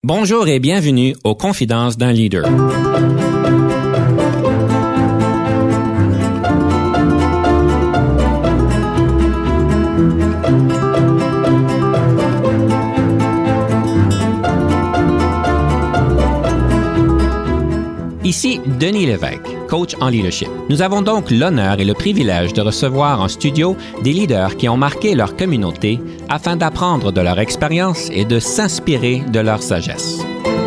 Bonjour et bienvenue aux Confidences d'un leader. Ici Denis Lévesque, coach en leadership. Nous avons donc l'honneur et le privilège de recevoir en studio des leaders qui ont marqué leur communauté afin d'apprendre de leur expérience et de s'inspirer de leur sagesse.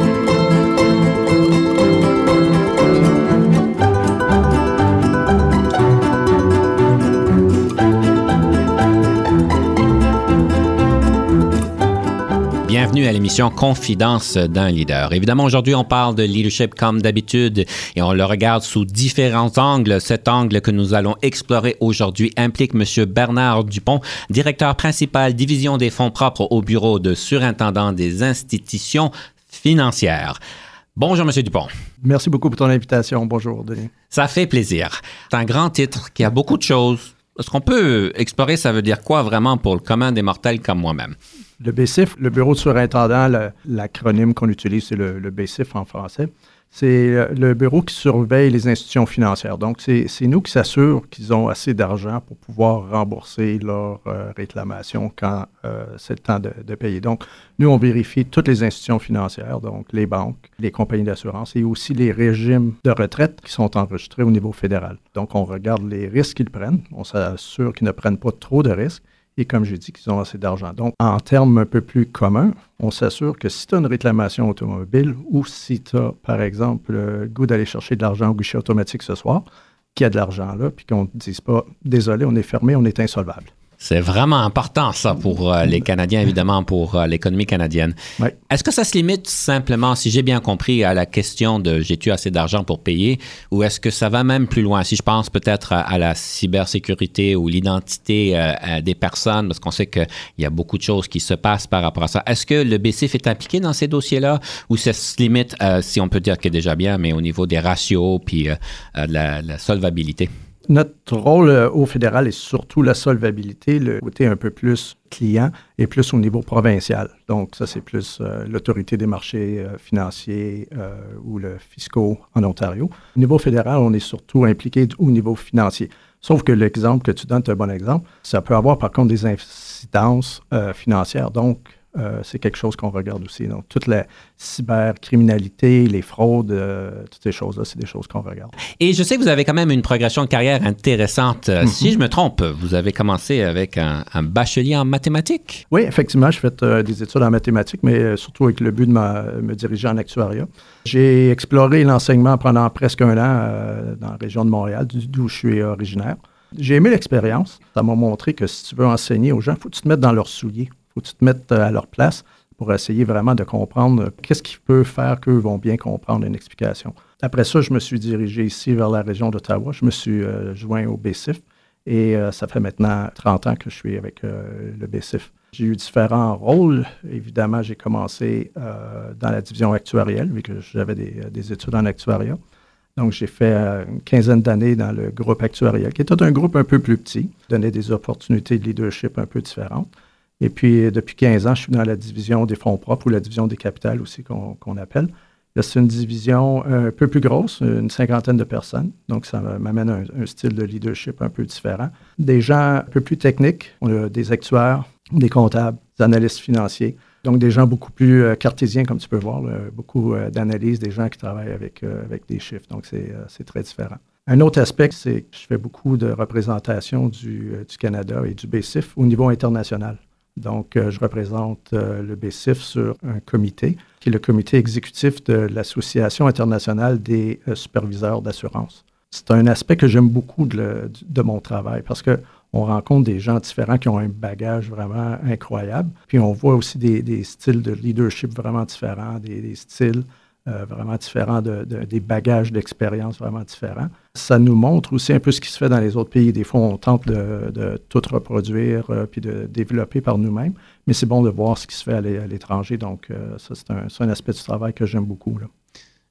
Bienvenue à l'émission Confidences d'un leader. Évidemment, aujourd'hui, on parle de leadership comme d'habitude et on le regarde sous différents angles. Cet angle que nous allons explorer aujourd'hui implique M. Bernard Dupont, directeur principal division des fonds propres au bureau de surintendant des institutions financières. Bonjour, M. Dupont. Merci beaucoup pour ton invitation. Bonjour, Denis. Ça fait plaisir. C'est un grand titre qui a beaucoup de choses. Est-ce qu'on peut explorer ça veut dire quoi vraiment pour le commun des mortels comme moi-même? Le BSIF, le bureau de surintendant, l'acronyme qu'on utilise, c'est le BSIF en français. C'est le bureau qui surveille les institutions financières. Donc, c'est nous qui s'assurons qu'ils ont assez d'argent pour pouvoir rembourser leurs réclamations quand c'est le temps de payer. Donc, nous, on vérifie toutes les institutions financières, donc les banques, les compagnies d'assurance et aussi les régimes de retraite qui sont enregistrés au niveau fédéral. Donc, on regarde les risques qu'ils prennent. On s'assure qu'ils ne prennent pas trop de risques. Et comme j'ai dit, qu'ils ont assez d'argent. Donc, en termes un peu plus communs, on s'assure que si tu as une réclamation automobile ou si tu as, par exemple, le goût d'aller chercher de l'argent au guichet automatique ce soir, qu'il y a de l'argent là, puis qu'on ne te dise pas « Désolé, on est fermé, on est insolvable ». C'est vraiment important, ça, pour les Canadiens, évidemment, pour l'économie canadienne. Oui. Est-ce que ça se limite simplement, si j'ai bien compris, à la question de « j'ai-tu assez d'argent pour payer » ou est-ce que ça va même plus loin? Si je pense peut-être à la cybersécurité ou l'identité des personnes, parce qu'on sait qu'il y a beaucoup de choses qui se passent par rapport à ça. Est-ce que le BSIF est impliqué dans ces dossiers-là ou ça se limite, si on peut dire qu'il est déjà bien, mais au niveau des ratios puis de la solvabilité? Notre rôle au fédéral est surtout la solvabilité, le côté un peu plus client et plus au niveau provincial. Donc, ça, c'est plus l'autorité des marchés financiers ou le fiscaux en Ontario. Au niveau fédéral, on est surtout impliqué au niveau financier. Sauf que l'exemple que tu donnes est un bon exemple. Ça peut avoir, par contre, des incidences financières. Donc, c'est quelque chose qu'on regarde aussi. Donc, toute la cybercriminalité, les fraudes, toutes ces choses-là, c'est des choses qu'on regarde. Et je sais que vous avez quand même une progression de carrière intéressante. Si je me trompe, vous avez commencé avec un bachelier en mathématiques. Oui, effectivement, j'ai fait des études en mathématiques, mais surtout avec le but de me diriger en actuariat. J'ai exploré l'enseignement pendant presque un an dans la région de Montréal, d'où je suis originaire. J'ai aimé l'expérience. Ça m'a montré que si tu veux enseigner aux gens, il faut que tu te mettes dans leurs souliers. Il faut que tu te mettes à leur place pour essayer vraiment de comprendre qu'est-ce qui peut faire qu'eux vont bien comprendre une explication. Après ça, je me suis dirigé ici vers la région d'Ottawa. Je me suis joint au BSIF et ça fait maintenant 30 ans que je suis avec le BSIF. J'ai eu différents rôles. Évidemment, j'ai commencé dans la division actuarielle, vu que j'avais des études en actuariat. Donc, j'ai fait une quinzaine d'années dans le groupe actuariel, qui était un groupe un peu plus petit, donnait des opportunités de leadership un peu différentes. Et puis, depuis 15 ans, je suis dans la division des fonds propres ou la division des capitales aussi qu'on appelle. Là, c'est une division un peu plus grosse, une cinquantaine de personnes. Donc, ça m'amène à un style de leadership un peu différent. Des gens un peu plus techniques. On a des actuaires, des comptables, des analystes financiers. Donc, des gens beaucoup plus cartésiens, comme tu peux voir. Beaucoup d'analyse, des gens qui travaillent avec des chiffres. Donc, c'est très différent. Un autre aspect, c'est que je fais beaucoup de représentation du Canada et du BSIF au niveau international. Donc, je représente le BSIF sur un comité, qui est le comité exécutif de l'Association internationale des superviseurs d'assurance. C'est un aspect que j'aime beaucoup de mon travail parce qu'on rencontre des gens différents qui ont un bagage vraiment incroyable. Puis, on voit aussi des styles de leadership vraiment différents, des styles vraiment différents, des bagages d'expérience vraiment différents. Ça nous montre aussi un peu ce qui se fait dans les autres pays. Des fois, on tente de tout reproduire puis de développer par nous-mêmes, mais c'est bon de voir ce qui se fait à l'étranger. Donc, ça, c'est un aspect du travail que j'aime beaucoup, là.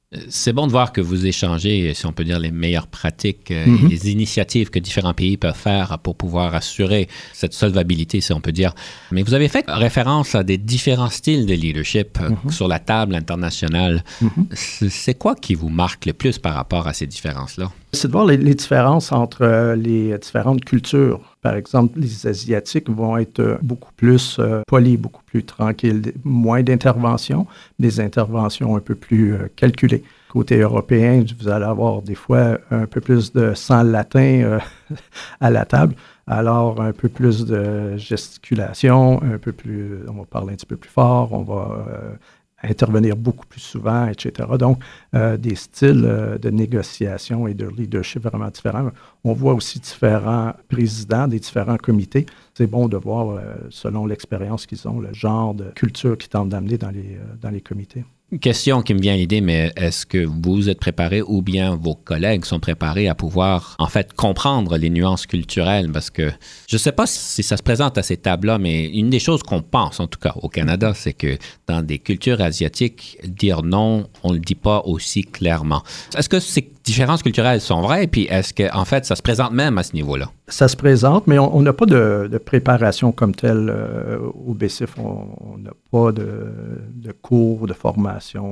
C'est bon de voir que vous échangez, si on peut dire, les meilleures pratiques et les initiatives que différents pays peuvent faire pour pouvoir assurer cette solvabilité, si on peut dire. Mais vous avez fait référence à des différents styles de leadership sur la table internationale. C'est quoi qui vous marque le plus par rapport à ces différences-là? C'est de voir les différences entre les différentes cultures. Par exemple, les Asiatiques vont être beaucoup plus polis, beaucoup plus tranquilles, moins d'interventions, des interventions un peu plus calculées. Côté européen, vous allez avoir des fois un peu plus de sang latin à la table, alors un peu plus de gesticulation, un peu plus, on va parler un petit peu plus fort, on va intervenir beaucoup plus souvent, etc. Donc, des styles de négociation et de leadership vraiment différents. On voit aussi différents présidents des différents comités. C'est bon de voir, selon l'expérience qu'ils ont, le genre de culture qu'ils tentent d'amener dans les comités. Une question qui me vient à l'idée, mais est-ce que vous êtes préparé ou bien vos collègues sont préparés à pouvoir, en fait, comprendre les nuances culturelles? Parce que je ne sais pas si ça se présente à ces tables-là, mais une des choses qu'on pense, en tout cas au Canada, c'est que dans des cultures asiatiques, dire non, on ne le dit pas aussi clairement. Est-ce que ces différences culturelles sont vraies? Puis est-ce que, en fait, ça se présente même à ce niveau-là? Ça se présente, mais on n'a pas de préparation comme telle au BCIF. On n'a pas de cours, de formation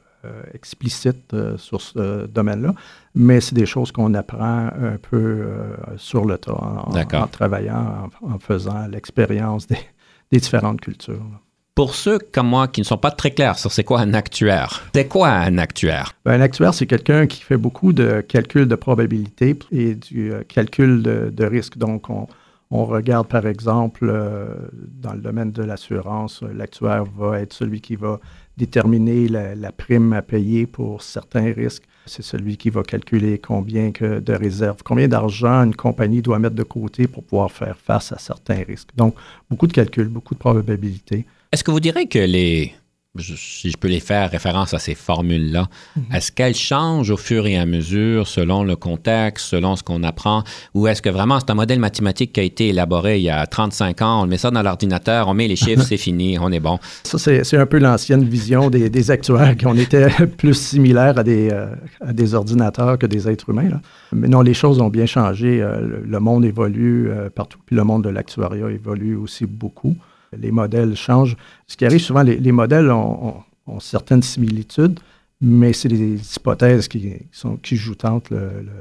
explicite sur ce domaine-là, mais c'est des choses qu'on apprend un peu sur le tas en travaillant, en faisant l'expérience des différentes cultures. Pour ceux comme moi qui ne sont pas très clairs sur c'est quoi un actuaire, c'est quoi un actuaire? Un actuaire, c'est quelqu'un qui fait beaucoup de calculs de probabilité et du calcul de risque. Donc, on regarde, par exemple, dans le domaine de l'assurance, l'actuaire va être celui qui va déterminer la prime à payer pour certains risques. C'est celui qui va calculer combien de réserves, combien d'argent une compagnie doit mettre de côté pour pouvoir faire face à certains risques. Donc, beaucoup de calculs, beaucoup de probabilités. Est-ce que vous direz que si je peux les faire référence à ces formules-là, est-ce qu'elles changent au fur et à mesure selon le contexte, selon ce qu'on apprend, ou est-ce que vraiment c'est un modèle mathématique qui a été élaboré il y a 35 ans, on met ça dans l'ordinateur, on met les chiffres, c'est fini, on est bon? Ça, c'est un peu l'ancienne vision des actuaires, qu'on était plus similaires à des ordinateurs que des êtres humains, là. Mais non, les choses ont bien changé. Le monde évolue partout, puis le monde de l'actuariat évolue aussi beaucoup. Les modèles changent. Ce qui arrive souvent, les modèles ont certaines similitudes, mais c'est les hypothèses qui jouent entre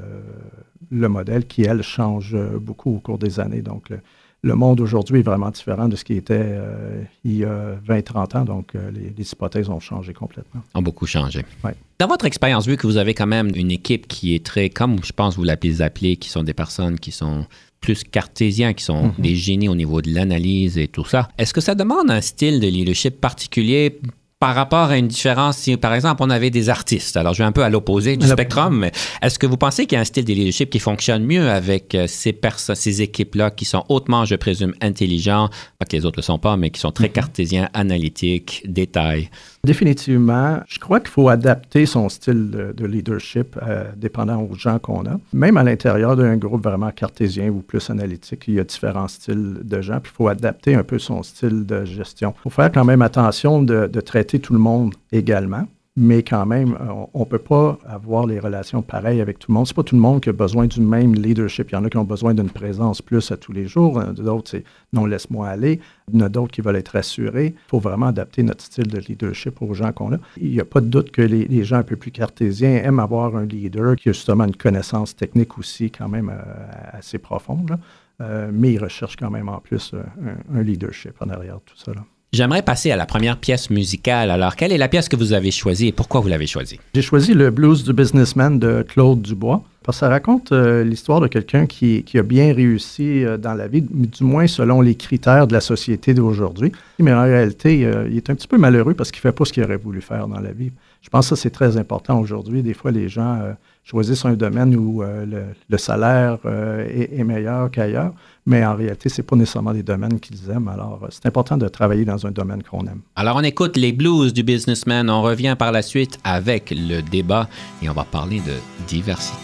le modèle qui, elles, changent beaucoup au cours des années. Donc, le monde aujourd'hui est vraiment différent de ce qui était il y a 20-30 ans. Donc, les hypothèses ont changé complètement. Ont beaucoup changé. Oui. Dans votre expérience, vu que vous avez quand même une équipe qui est très, comme je pense vous l'appelez, qui sont des personnes qui sont plus cartésiens, qui sont des génies au niveau de l'analyse et tout ça. Est-ce que ça demande un style de leadership particulier par rapport à une différence? Si, par exemple, on avait des artistes, alors je vais un peu à l'opposé du spectrum, mais est-ce que vous pensez qu'il y a un style de leadership qui fonctionne mieux avec ces équipes-là qui sont hautement, je présume, intelligents, pas que les autres ne le sont pas, mais qui sont très cartésiens, analytiques, détails? Définitivement, je crois qu'il faut adapter son style de leadership dépendant aux gens qu'on a. Même à l'intérieur d'un groupe vraiment cartésien ou plus analytique, il y a différents styles de gens, puis il faut adapter un peu son style de gestion. Il faut faire quand même attention de traiter tout le monde également, mais quand même, on ne peut pas avoir les relations pareilles avec tout le monde. C'est pas tout le monde qui a besoin du même leadership. Il y en a qui ont besoin d'une présence plus à tous les jours. D'autres, c'est « non, laisse-moi aller ». Il y en a d'autres qui veulent être rassurés. Il faut vraiment adapter notre style de leadership aux gens qu'on a. Il n'y a pas de doute que les gens un peu plus cartésiens aiment avoir un leader qui a justement une connaissance technique aussi quand même assez profonde, là. Mais ils recherchent quand même en plus un leadership en arrière de tout ça, là. J'aimerais passer à la première pièce musicale. Alors, quelle est la pièce que vous avez choisie et pourquoi vous l'avez choisie? J'ai choisi le Blues du Businessman de Claude Dubois, parce que ça raconte l'histoire de quelqu'un qui a bien réussi dans la vie, du moins selon les critères de la société d'aujourd'hui. Mais en réalité, il est un petit peu malheureux parce qu'il ne fait pas ce qu'il aurait voulu faire dans la vie. Je pense que ça, c'est très important aujourd'hui. Des fois, les gens choisissent un domaine où le salaire est meilleur qu'ailleurs, mais en réalité, ce n'est pas nécessairement des domaines qu'ils aiment. Alors, c'est important de travailler dans un domaine qu'on aime. Alors, on écoute les blues du businessman. On revient par la suite avec le débat et on va parler de diversité.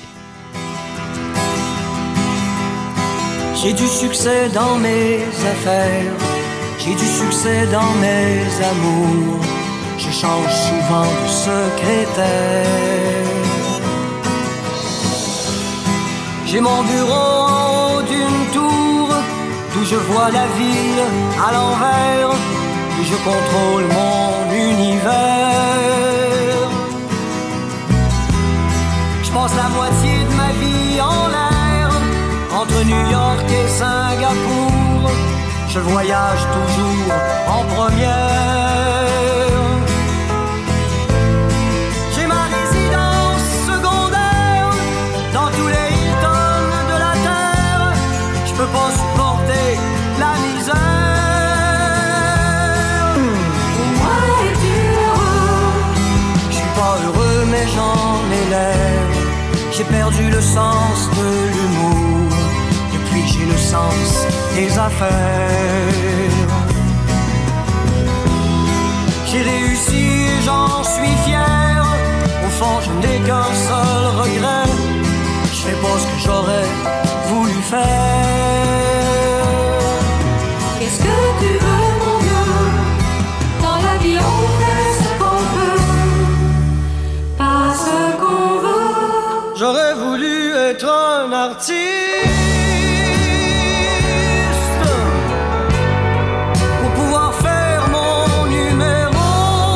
J'ai du succès dans mes affaires, j'ai du succès dans mes amours. je change souvent de secrétaire. J'ai mon bureau en haut d'une tour, d'où je vois la ville à l'envers, où je contrôle mon univers. Je passe la moitié de ma vie en l'air, entre New York et Singapour. Je voyage toujours en première. J'ai ma résidence secondaire dans tous les Hilton de la terre. Je peux pas supporter la misère. Moi es-tu heureux? Je suis pas heureux mais j'en ai l'air. J'ai perdu le sens de l'humour depuis que j'ai le sens des affaires. J'ai réussi et j'en suis fier. Au fond je n'ai qu'un seul regret, je fais pas ce que j'aurais voulu faire. Qu'est-ce que tu veux, mon vieux? Dans la vie on fait ce qu'on peut, pas ce qu'on veut. J'aurais voulu être un artiste pour pouvoir faire mon numéro.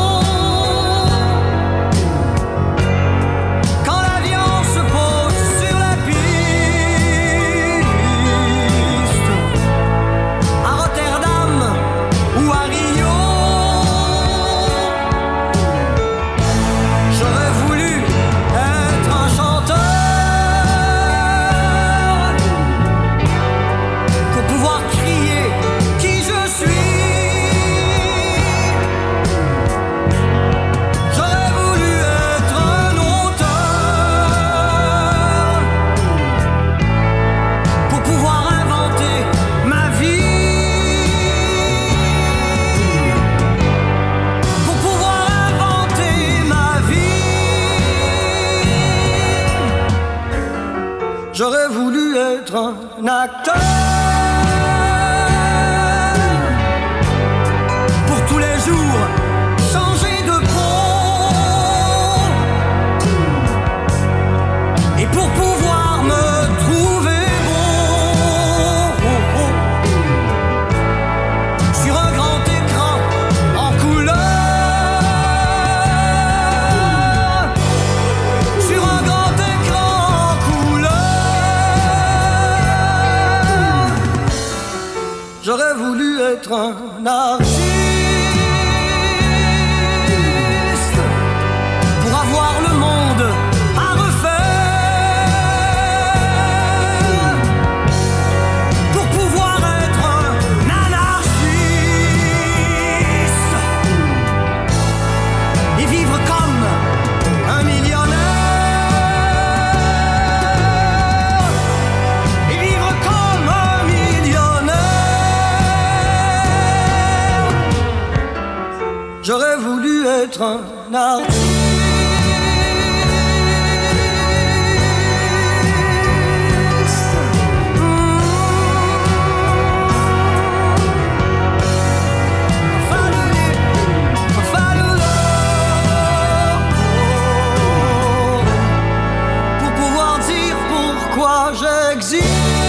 Quand l'avion se pose sur la piste, à Rotterdam ou à Rio, j'aurais voulu être un chanteur pour pouvoir crier qui je suis. J'aurais voulu être un auteur pour pouvoir inventer ma vie, pour pouvoir inventer ma vie. J'aurais voulu être un acteur pour tous les jours changer de peau et pour pouvoir me trouver beau sur un grand écran en couleur, sur un grand écran en couleur. J'aurais voulu être un artiste pour avoir le monde à refaire, pour pouvoir être un anarchiste et vivre comme un millionnaire, et vivre comme un millionnaire. J'aurais voulu être un artiste. Pour pouvoir dire pourquoi j'existe.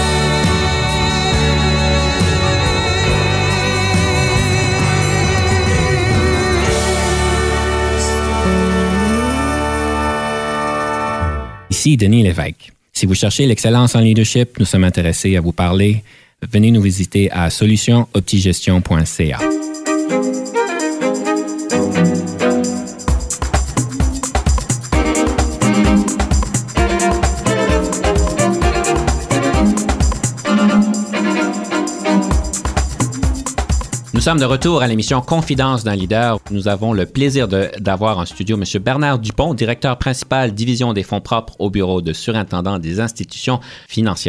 Ici Denis Lévesque. Si vous cherchez l'excellence en leadership, nous sommes intéressés à vous parler. Venez nous visiter à solutionoptigestion.ca. Nous sommes de retour à l'émission Confidence d'un leader. Nous avons le plaisir d'avoir en studio M. Bernard Dupont, directeur principal division des fonds propres au bureau de surintendant des institutions financières.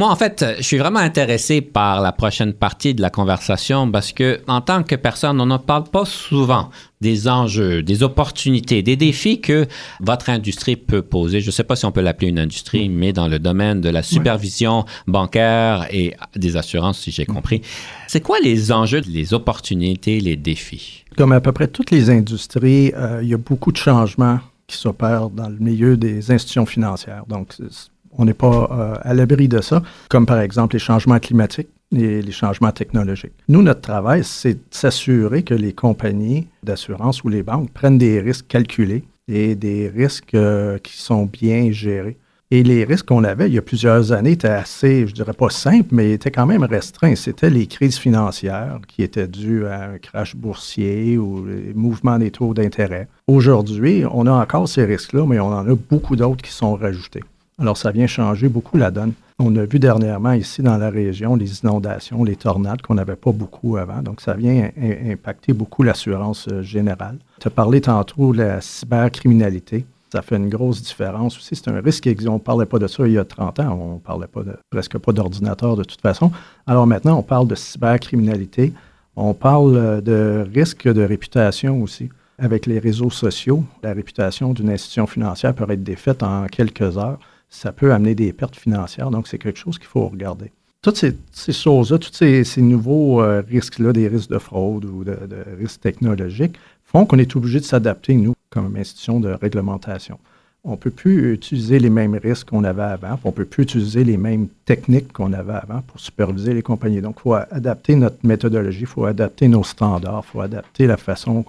Moi, en fait, je suis vraiment intéressé par la prochaine partie de la conversation parce que, en tant que personne, on ne parle pas souvent des enjeux, des opportunités, des défis que votre industrie peut poser. Je ne sais pas si on peut l'appeler une industrie, mais dans le domaine de la supervision bancaire et des assurances, si j'ai compris. C'est quoi les enjeux, les opportunités, les défis? Comme à peu près toutes les industries, il y a beaucoup de changements qui s'opèrent dans le milieu des institutions financières. Donc, on n'est pas à l'abri de ça, comme par exemple les changements climatiques et les changements technologiques. Nous, notre travail, c'est de s'assurer que les compagnies d'assurance ou les banques prennent des risques calculés et des risques qui sont bien gérés. Et les risques qu'on avait il y a plusieurs années étaient assez, je dirais pas simples, mais étaient quand même restreints. C'était les crises financières qui étaient dues à un crash boursier ou les mouvements des taux d'intérêt. Aujourd'hui, on a encore ces risques-là, mais on en a beaucoup d'autres qui sont rajoutés. Alors, ça vient changer beaucoup la donne. On a vu dernièrement ici dans la région les inondations, les tornades qu'on n'avait pas beaucoup avant. Donc, ça vient impacter beaucoup l'assurance générale. Tu as parlé tantôt de la cybercriminalité. Ça fait une grosse différence aussi. C'est un risque. On ne parlait pas de ça il y a 30 ans. On ne parlait presque pas d'ordinateur de toute façon. Alors maintenant, on parle de cybercriminalité. On parle de risque de réputation aussi. Avec les réseaux sociaux, la réputation d'une institution financière peut être défaite en quelques heures. Ça peut amener des pertes financières. Donc, c'est quelque chose qu'il faut regarder. Toutes ces choses-là, tous ces nouveaux risques-là, des risques de fraude ou de risques technologiques, font qu'on est obligé de s'adapter, nous, comme institution de réglementation. On ne peut plus utiliser les mêmes risques qu'on avait avant, on ne peut plus utiliser les mêmes techniques qu'on avait avant pour superviser les compagnies. Donc, il faut adapter notre méthodologie, il faut adapter nos standards, il faut adapter la façon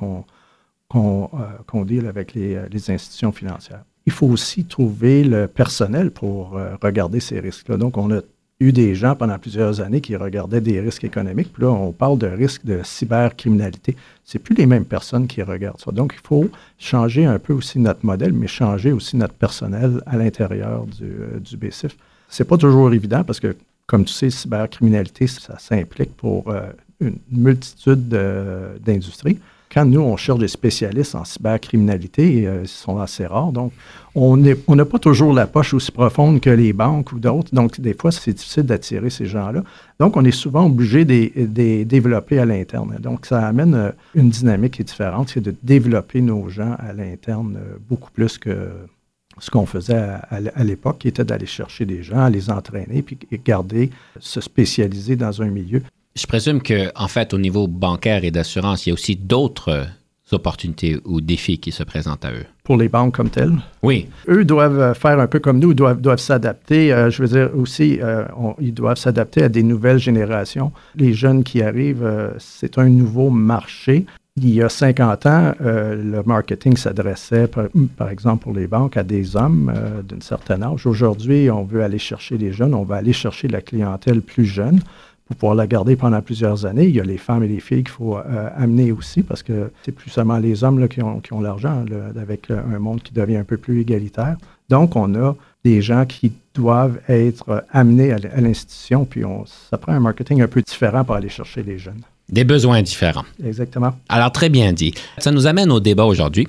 qu'on deal avec les institutions financières. Il faut aussi trouver le personnel pour regarder ces risques-là. Donc, on a eu des gens pendant plusieurs années qui regardaient des risques économiques. Puis là, on parle de risques de cybercriminalité. C'est plus les mêmes personnes qui regardent ça. Donc, il faut changer un peu aussi notre modèle, mais changer aussi notre personnel à l'intérieur du BSIF. C'est pas toujours évident parce que, comme tu sais, cybercriminalité, ça s'implique pour une multitude d'industries. Quand nous, on cherche des spécialistes en cybercriminalité, ils sont assez rares. Donc, on n'a pas toujours la poche aussi profonde que les banques ou d'autres. Donc, des fois, c'est difficile d'attirer ces gens-là. Donc, on est souvent obligé de les développer à l'interne. Donc, ça amène une dynamique qui est différente, c'est de développer nos gens à l'interne beaucoup plus que ce qu'on faisait à l'époque, qui était d'aller chercher des gens, les entraîner, puis se spécialiser dans un milieu. Je présume qu'en fait, au niveau bancaire et d'assurance, il y a aussi d'autres opportunités ou défis qui se présentent à eux. Pour les banques comme telles? Oui. Eux doivent faire un peu comme nous, doivent s'adapter. Je veux dire aussi, ils doivent s'adapter à des nouvelles générations. Les jeunes qui arrivent, c'est un nouveau marché. Il y a 50 ans, le marketing s'adressait, par exemple pour les banques, à des hommes d'un certain âge. Aujourd'hui, on veut aller chercher les jeunes, on va aller chercher la clientèle plus jeune. Pour pouvoir la garder pendant plusieurs années. Il y a les femmes et les filles qu'il faut amener aussi parce que c'est plus seulement les hommes là, qui ont l'argent avec un monde qui devient un peu plus égalitaire. Donc, on a des gens qui doivent être amenés à l'institution, puis ça prend un marketing un peu différent pour aller chercher les jeunes. Des besoins différents. Exactement. Alors, très bien dit. Ça nous amène au débat aujourd'hui.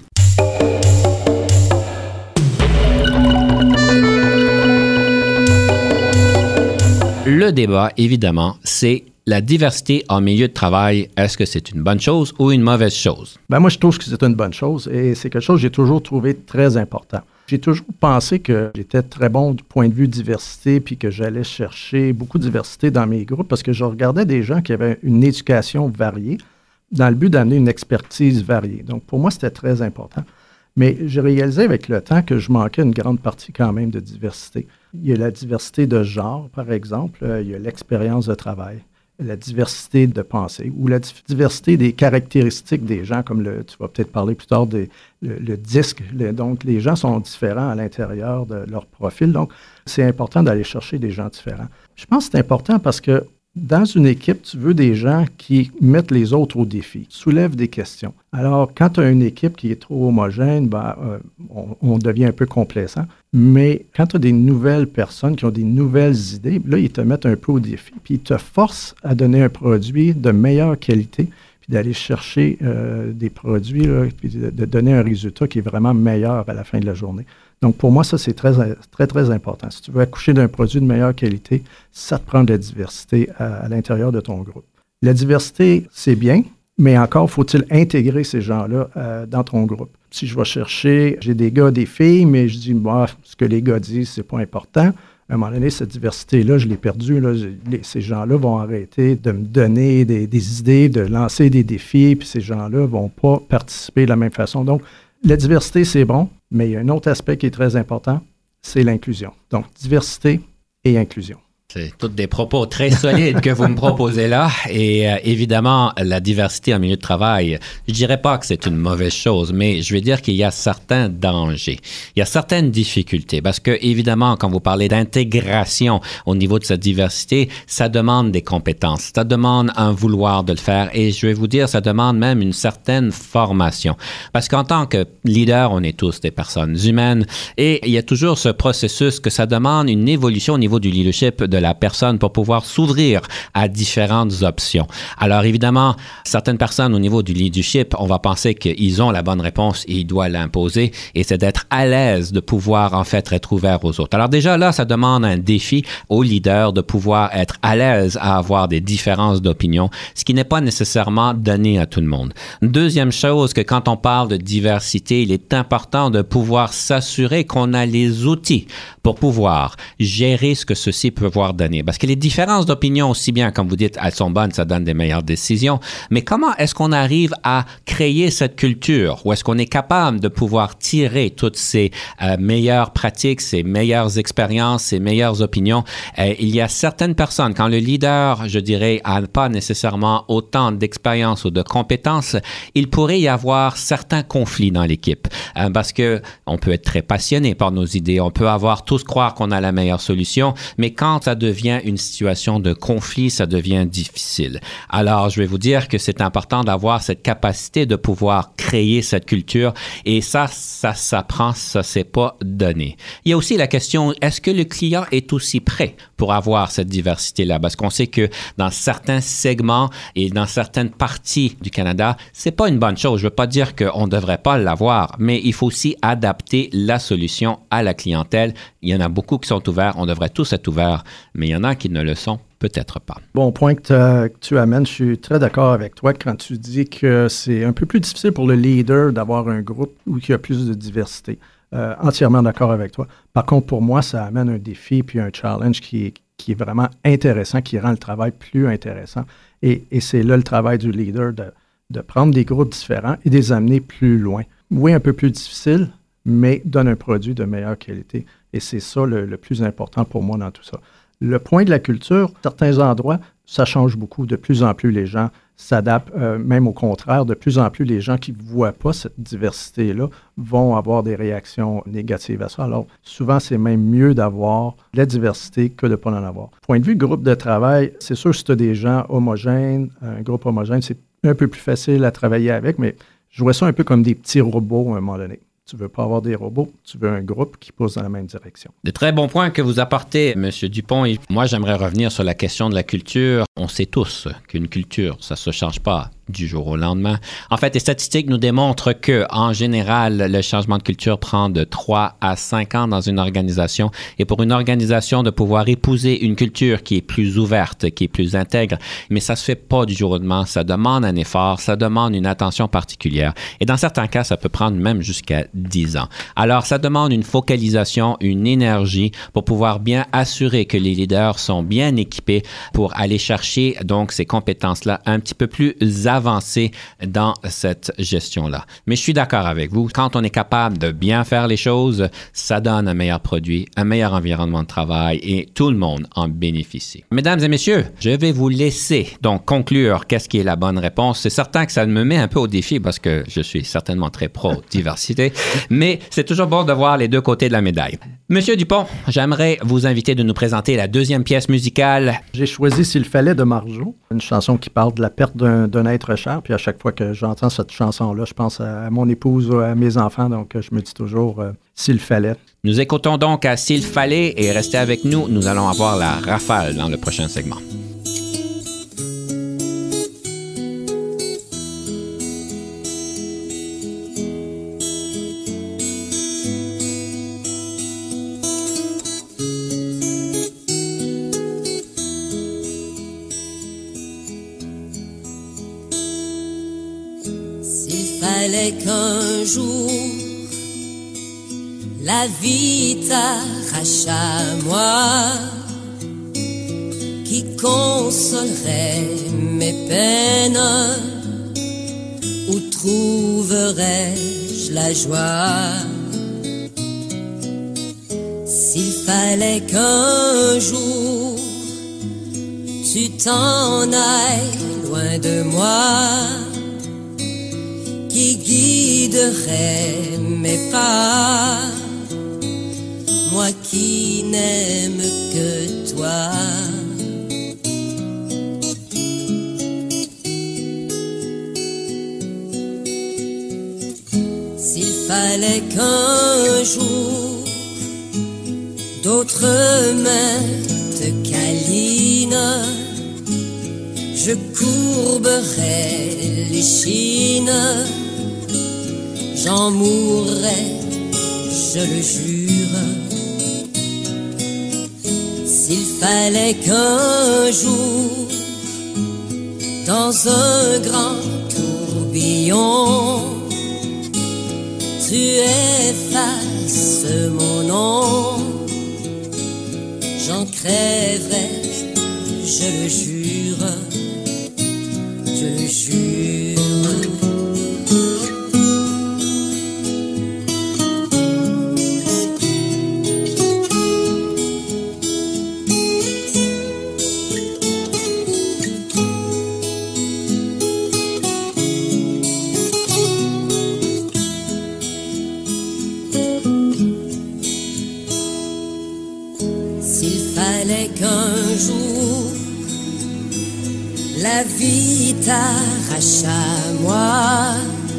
Le débat, évidemment, c'est la diversité en milieu de travail. Est-ce que c'est une bonne chose ou une mauvaise chose? Ben moi, je trouve que c'est une bonne chose et c'est quelque chose que j'ai toujours trouvé très important. J'ai toujours pensé que j'étais très bon du point de vue diversité puis que j'allais chercher beaucoup de diversité dans mes groupes parce que je regardais des gens qui avaient une éducation variée dans le but d'amener une expertise variée. Donc, pour moi, c'était très important. Mais j'ai réalisé avec le temps que je manquais une grande partie quand même de diversité. Il y a la diversité de genre, par exemple. Il y a l'expérience de travail, la diversité de pensée ou la diversité des caractéristiques des gens, comme tu vas peut-être parler plus tard, le disque. Donc, les gens sont différents à l'intérieur de leur profil. Donc, c'est important d'aller chercher des gens différents. Je pense que c'est important parce que dans une équipe, tu veux des gens qui mettent les autres au défi, soulèvent des questions. Alors, quand tu as une équipe qui est trop homogène, on devient un peu complaisant. Mais quand tu as des nouvelles personnes qui ont des nouvelles idées, là, ils te mettent un peu au défi. Puis, ils te forcent à donner un produit de meilleure qualité. puis d'aller chercher des produits, là, puis de donner un résultat qui est vraiment meilleur à la fin de la journée. Donc, pour moi, ça, c'est très, très, très important. Si tu veux accoucher d'un produit de meilleure qualité, ça te prend de la diversité à l'intérieur de ton groupe. La diversité, c'est bien, mais encore faut-il intégrer ces gens-là dans ton groupe. Si je vais chercher, j'ai des gars, des filles, mais je dis, ce que les gars disent, c'est pas important. À un moment donné, cette diversité-là, je l'ai perdue. Là, ces gens-là vont arrêter de me donner des idées, de lancer des défis, puis ces gens-là ne vont pas participer de la même façon. Donc, la diversité, c'est bon, mais il y a un autre aspect qui est très important, c'est l'inclusion. Donc, diversité et inclusion. C'est tous des propos très solides que vous me proposez là. Et évidemment, la diversité en milieu de travail, je dirais pas que c'est une mauvaise chose, mais je vais dire qu'il y a certains dangers. Il y a certaines difficultés parce que, évidemment, quand vous parlez d'intégration au niveau de cette diversité, ça demande des compétences, ça demande un vouloir de le faire et je vais vous dire, ça demande même une certaine formation. Parce qu'en tant que leader, on est tous des personnes humaines et il y a toujours ce processus que ça demande une évolution au niveau du leadership de la personne pour pouvoir s'ouvrir à différentes options. Alors évidemment, certaines personnes au niveau du leadership, on va penser qu'ils ont la bonne réponse et ils doivent l'imposer et c'est d'être à l'aise de pouvoir en fait être ouvert aux autres. Alors déjà là, ça demande un défi au leader de pouvoir être à l'aise à avoir des différences d'opinion, ce qui n'est pas nécessairement donné à tout le monde. Deuxième chose, que quand on parle de diversité, il est important de pouvoir s'assurer qu'on a les outils pour pouvoir gérer ce que ceci peut pouvoir donner. Parce que les différences d'opinion, aussi bien, comme vous dites, elles sont bonnes, ça donne des meilleures décisions, mais comment est-ce qu'on arrive à créer cette culture où est-ce qu'on est capable de pouvoir tirer toutes ces meilleures pratiques, ces meilleures expériences, ces meilleures opinions? Il y a certaines personnes, quand le leader, je dirais, n'a pas nécessairement autant d'expérience ou de compétences, il pourrait y avoir certains conflits dans l'équipe. Parce que on peut être très passionné par nos idées, on peut avoir tous croire qu'on a la meilleure solution, mais quand ça devient une situation de conflit, ça devient difficile. Alors, je vais vous dire que c'est important d'avoir cette capacité de pouvoir créer cette culture et ça s'apprend, ça c'est pas donné. Il y a aussi la question, est-ce que le client est aussi prêt pour avoir cette diversité-là? Parce qu'on sait que dans certains segments et dans certaines parties du Canada, c'est pas une bonne chose. Je veux pas dire qu'on devrait pas l'avoir, mais il faut aussi adapter la solution à la clientèle. Il y en a beaucoup qui sont ouverts, on devrait tous être ouverts, mais il y en a qui ne le sont peut-être pas. Bon point que tu amènes, je suis très d'accord avec toi quand tu dis que c'est un peu plus difficile pour le leader d'avoir un groupe où il y a plus de diversité. Entièrement d'accord avec toi. Par contre, pour moi, ça amène un défi puis un challenge qui est vraiment intéressant, qui rend le travail plus intéressant. Et c'est là le travail du leader de prendre des groupes différents et de les amener plus loin. Oui, un peu plus difficile, mais donne un produit de meilleure qualité. Et c'est ça le plus important pour moi dans tout ça. Le point de la culture, certains endroits, ça change beaucoup. De plus en plus, les gens s'adaptent, même au contraire, de plus en plus, les gens qui ne voient pas cette diversité-là vont avoir des réactions négatives à ça. Alors, souvent, c'est même mieux d'avoir la diversité que de ne pas en avoir. Point de vue groupe de travail, c'est sûr que si tu as des gens homogènes, un groupe homogène, c'est un peu plus facile à travailler avec, mais je vois ça un peu comme des petits robots à un moment donné. Tu ne veux pas avoir des robots, tu veux un groupe qui pousse dans la même direction. De très bons points que vous apportez, M. Dupont. Et moi, j'aimerais revenir sur la question de la culture. On sait tous qu'une culture, ça ne se change pas du jour au lendemain. En fait, les statistiques nous démontrent que, en général, le changement de culture prend de 3 à 5 ans dans une organisation. Et pour une organisation de pouvoir épouser une culture qui est plus ouverte, qui est plus intègre, mais ça se fait pas du jour au lendemain. Ça demande un effort, ça demande une attention particulière. Et dans certains cas, ça peut prendre même jusqu'à 10 ans. Alors, ça demande une focalisation, une énergie pour pouvoir bien assurer que les leaders sont bien équipés pour aller chercher donc ces compétences-là un petit peu plus avancées dans cette gestion-là. Mais je suis d'accord avec vous. Quand on est capable de bien faire les choses, ça donne un meilleur produit, un meilleur environnement de travail et tout le monde en bénéficie. Mesdames et messieurs, je vais vous laisser donc conclure qu'est-ce qui est la bonne réponse. C'est certain que ça me met un peu au défi parce que je suis certainement très pro-diversité, mais c'est toujours bon de voir les deux côtés de la médaille. Monsieur Dupont, j'aimerais vous inviter de nous présenter la deuxième pièce musicale. J'ai choisi S'il fallait de Marjo, une chanson qui parle de la perte d'un être cher. Puis à chaque fois que j'entends cette chanson-là, je pense à mon épouse ou à mes enfants. Donc je me dis toujours S'il fallait. Nous écoutons donc à S'il fallait et restez avec nous. Nous allons avoir la rafale dans le prochain segment. fallait qu'un jour la vie t'arrache à moi, qui consolerait mes peines, où trouverais-je la joie? S'il fallait qu'un jour tu t'en ailles loin de moi, qui guiderait mes pas, moi qui n'aime que toi. S'il fallait qu'un jour d'autres mains te câlinent, je courberais l'échine, j'en mourrais, je le jure. S'il fallait qu'un jour, dans un grand tourbillon, tu effaces mon nom, j'en crèverais, je le jure, je le jure. Qu'un jour la vie t'arrache à moi,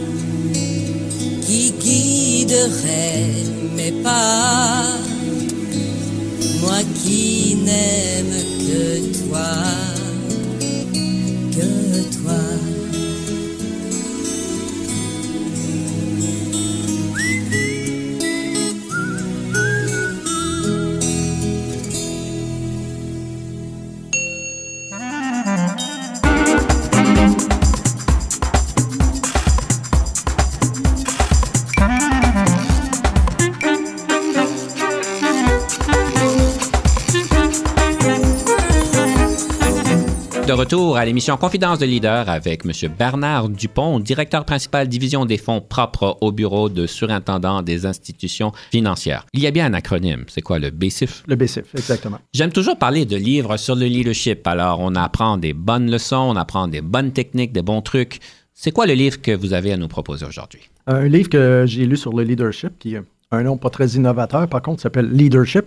qui guiderait mes pas, moi qui n'aime que toi, que toi. De retour à l'émission Confidence de leader avec M. Bernard Dupont, directeur principal division des fonds propres au bureau de surintendant des institutions financières. Il y a bien un acronyme, c'est quoi, le BSIF? Le BSIF, exactement. J'aime toujours parler de livres sur le leadership. Alors, on apprend des bonnes leçons, on apprend des bonnes techniques, des bons trucs. C'est quoi le livre que vous avez à nous proposer aujourd'hui? Un livre que j'ai lu sur le leadership, qui est un nom pas très innovateur, par contre, s'appelle Leadership,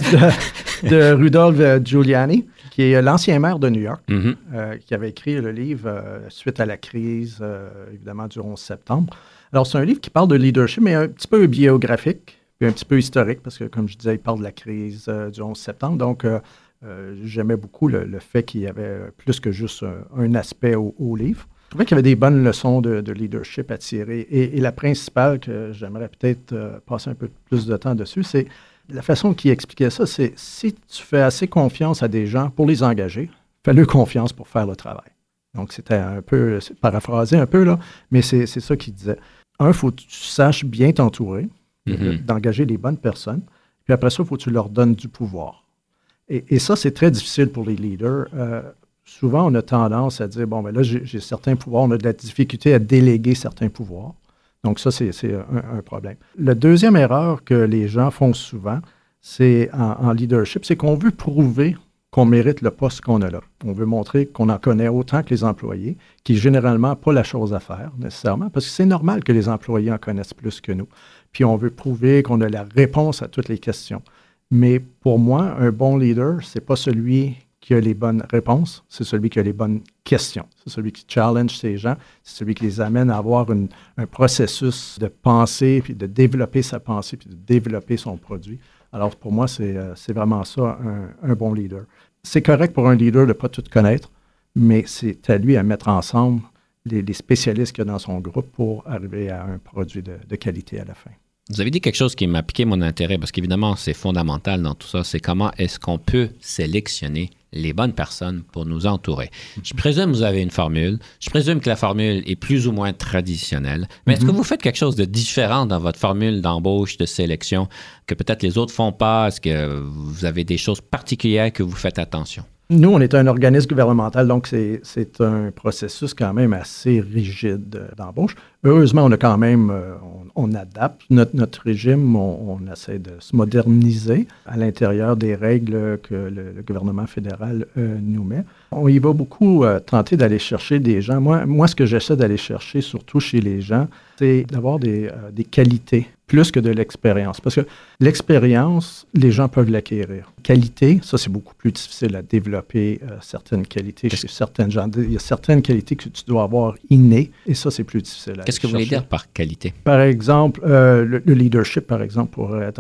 de Rudolph Giuliani, qui est l'ancien maire de New York, qui avait écrit le livre suite à la crise, évidemment, du 11 septembre. Alors, c'est un livre qui parle de leadership, mais un petit peu biographique, puis un petit peu historique, parce que, comme je disais, il parle de la crise du 11 septembre. Donc, j'aimais beaucoup le fait qu'il y avait plus que juste un aspect au livre. Je trouvais qu'il y avait des bonnes leçons de leadership à tirer. Et la principale, que j'aimerais peut-être passer un peu plus de temps dessus, c'est la façon qu'il expliquait ça, c'est si tu fais assez confiance à des gens pour les engager, fais-leur confiance pour faire le travail. Donc, c'était un peu, paraphrasé un peu, là, mais c'est ça qu'il disait. Il faut que tu saches bien t'entourer, d'engager les bonnes personnes, puis après ça, il faut que tu leur donnes du pouvoir. Et ça, c'est très difficile pour les leaders. Souvent, on a tendance à dire, bon, ben là, j'ai certains pouvoirs, on a de la difficulté à déléguer certains pouvoirs. Donc, ça, c'est un problème. La deuxième erreur que les gens font souvent, c'est en leadership, c'est qu'on veut prouver qu'on mérite le poste qu'on a là. On veut montrer qu'on en connaît autant que les employés, qui n'est généralement pas la chose à faire, nécessairement, parce que c'est normal que les employés en connaissent plus que nous. Puis, on veut prouver qu'on a la réponse à toutes les questions. Mais pour moi, un bon leader, c'est pas celui qui a les bonnes réponses, c'est celui qui a les bonnes questions. C'est celui qui challenge ces gens, c'est celui qui les amène à avoir un processus de pensée, puis de développer sa pensée, puis de développer son produit. Alors, pour moi, c'est vraiment ça, un bon leader. C'est correct pour un leader de ne pas tout connaître, mais c'est à lui à mettre ensemble les spécialistes qu'il y a dans son groupe pour arriver à un produit de qualité à la fin. Vous avez dit quelque chose qui m'a piqué mon intérêt, parce qu'évidemment, c'est fondamental dans tout ça, c'est comment est-ce qu'on peut sélectionner les bonnes personnes pour nous entourer. Je présume que vous avez une formule. Je présume que la formule est plus ou moins traditionnelle. Mais est-ce que vous faites quelque chose de différent dans votre formule d'embauche, de sélection, que peut-être les autres font pas? Est-ce que vous avez des choses particulières que vous faites attention? Nous, on est un organisme gouvernemental, donc c'est un processus quand même assez rigide d'embauche. Heureusement, on a quand même, on adapte notre régime, on essaie de se moderniser à l'intérieur des règles que le gouvernement fédéral nous met. On y va beaucoup tenter d'aller chercher des gens. Moi, ce que j'essaie d'aller chercher, surtout chez les gens, c'est d'avoir des qualités plus que de l'expérience. Parce que l'expérience, les gens peuvent l'acquérir. Qualité, ça, c'est beaucoup plus difficile à développer certaines qualités chez certaines gens. Il y a certaines qualités que tu dois avoir innées, et ça, c'est plus difficile à Qu'est-ce que vous voulez dire par qualité? Par exemple, le leadership, par exemple, pourrait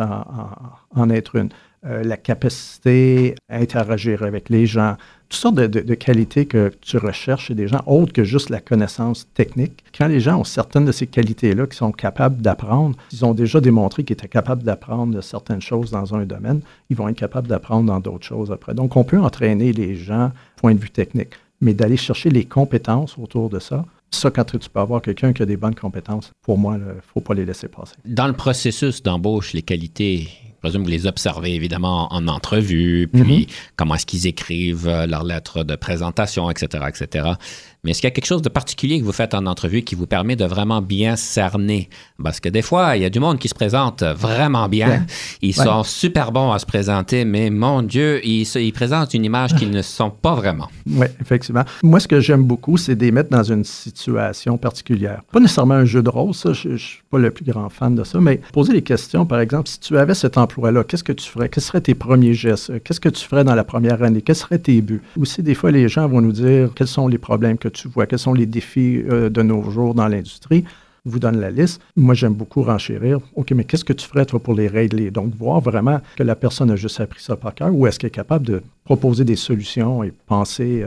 en être une. La capacité à interagir avec les gens, toutes sortes de qualités que tu recherches chez des gens, autres que juste la connaissance technique. Quand les gens ont certaines de ces qualités-là, qui sont capables d'apprendre, ils ont déjà démontré qu'ils étaient capables d'apprendre certaines choses dans un domaine, ils vont être capables d'apprendre dans d'autres choses après. Donc, on peut entraîner les gens, point de vue technique, mais d'aller chercher les compétences autour de ça. Ça, quand tu peux avoir quelqu'un qui a des bonnes compétences, pour moi, il ne faut pas les laisser passer. Dans le processus d'embauche, les qualités, je présume que vous les observez évidemment en entrevue, puis comment est-ce qu'ils écrivent leurs lettres de présentation, etc., etc. Mais est-ce qu'il y a quelque chose de particulier que vous faites en entrevue qui vous permet de vraiment bien cerner? Parce que des fois, il y a du monde qui se présente vraiment bien. Ils sont super bons à se présenter, mais mon Dieu, ils présentent une image qu'ils ne sont pas vraiment. Oui, effectivement. Moi, ce que j'aime beaucoup, c'est de les mettre dans une situation particulière. Pas nécessairement un jeu de rôle, ça, je ne suis pas le plus grand fan de ça, mais poser des questions, par exemple, si tu avais cet emploi-là, qu'est-ce que tu ferais? Quels seraient tes premiers gestes? Qu'est-ce que tu ferais dans la première année? Quels seraient tes buts? Aussi, des fois, les gens vont nous dire quels sont les problèmes que tu vois, quels sont les défis de nos jours dans l'industrie. Je vous donne la liste. Moi, j'aime beaucoup renchérir. OK, mais qu'est-ce que tu ferais, toi, pour les régler? Donc, voir vraiment que la personne a juste appris ça par cœur ou est-ce qu'elle est capable de proposer des solutions et penser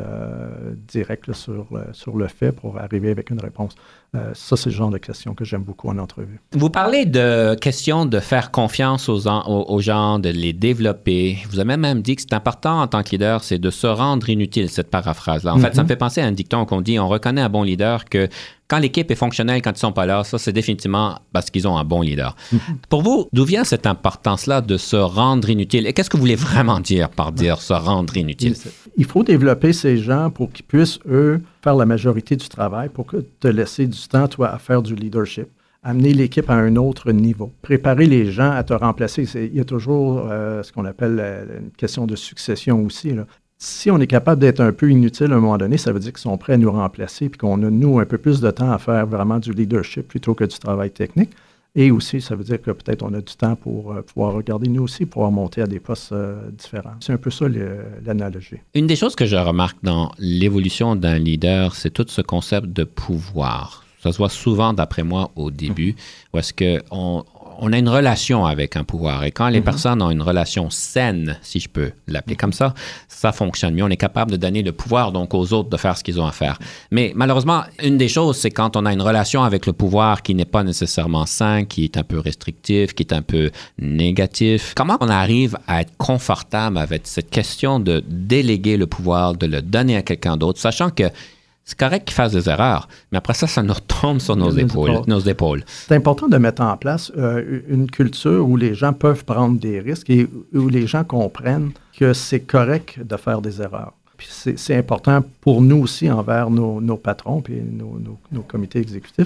direct là, sur le fait pour arriver avec une réponse. Ça, c'est le genre de questions que j'aime beaucoup en entrevue. Vous parlez de questions de faire confiance aux gens, de les développer. Vous avez même dit que c'est important en tant que leader, c'est de se rendre inutile, cette paraphrase-là. En fait, ça me fait penser à un dicton qu'on dit, on reconnaît un bon leader que quand l'équipe est fonctionnelle, quand ils ne sont pas là, ça, c'est définitivement parce qu'ils ont un bon leader. Pour vous, d'où vient cette importance-là de se rendre inutile? Et qu'est-ce que vous voulez vraiment dire par dire se rendre inutile? Il faut développer ces gens pour qu'ils puissent, eux, faire la majorité du travail, pour que te laisser du temps, toi, à faire du leadership, amener l'équipe à un autre niveau, préparer les gens à te remplacer. Il y a toujours ce qu'on appelle une question de succession aussi, là. Si on est capable d'être un peu inutile à un moment donné, ça veut dire qu'ils sont prêts à nous remplacer puis qu'on a, nous, un peu plus de temps à faire vraiment du leadership plutôt que du travail technique. Et aussi, ça veut dire que peut-être on a du temps pour pouvoir regarder, nous aussi, pouvoir monter à des postes différents. C'est un peu ça l'analogie. Une des choses que je remarque dans l'évolution d'un leader, c'est tout ce concept de pouvoir. Ça se voit souvent, d'après moi, au début, où est-ce qu'on a une relation avec un pouvoir. Et quand les personnes ont une relation saine, si je peux l'appeler comme ça fonctionne mieux. On est capable de donner le pouvoir donc aux autres de faire ce qu'ils ont à faire. Mais malheureusement, une des choses, c'est quand on a une relation avec le pouvoir qui n'est pas nécessairement sain, qui est un peu restrictif, qui est un peu négatif. Comment on arrive à être confortable avec cette question de déléguer le pouvoir, de le donner à quelqu'un d'autre, sachant que c'est correct qu'ils fassent des erreurs, mais après ça, ça nous retombe sur nos épaules. C'est important de mettre en place une culture où les gens peuvent prendre des risques et où les gens comprennent que c'est correct de faire des erreurs. Puis c'est important pour nous aussi envers nos patrons et nos comités exécutifs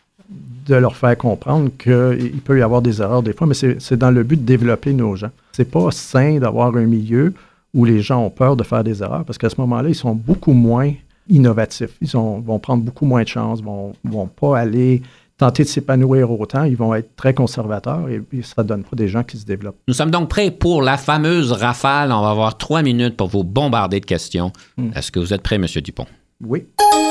de leur faire comprendre qu'il peut y avoir des erreurs des fois, mais c'est dans le but de développer nos gens. C'est pas sain d'avoir un milieu où les gens ont peur de faire des erreurs parce qu'à ce moment-là, ils sont beaucoup moins innovatifs. Ils vont prendre beaucoup moins de chances, vont pas aller tenter de s'épanouir autant, ils vont être très conservateurs et ça ne donne pas des gens qui se développent. Nous sommes donc prêts pour la fameuse rafale. On va avoir 3 minutes pour vous bombarder de questions. Est-ce que vous êtes prêt, M. Dupont? Oui.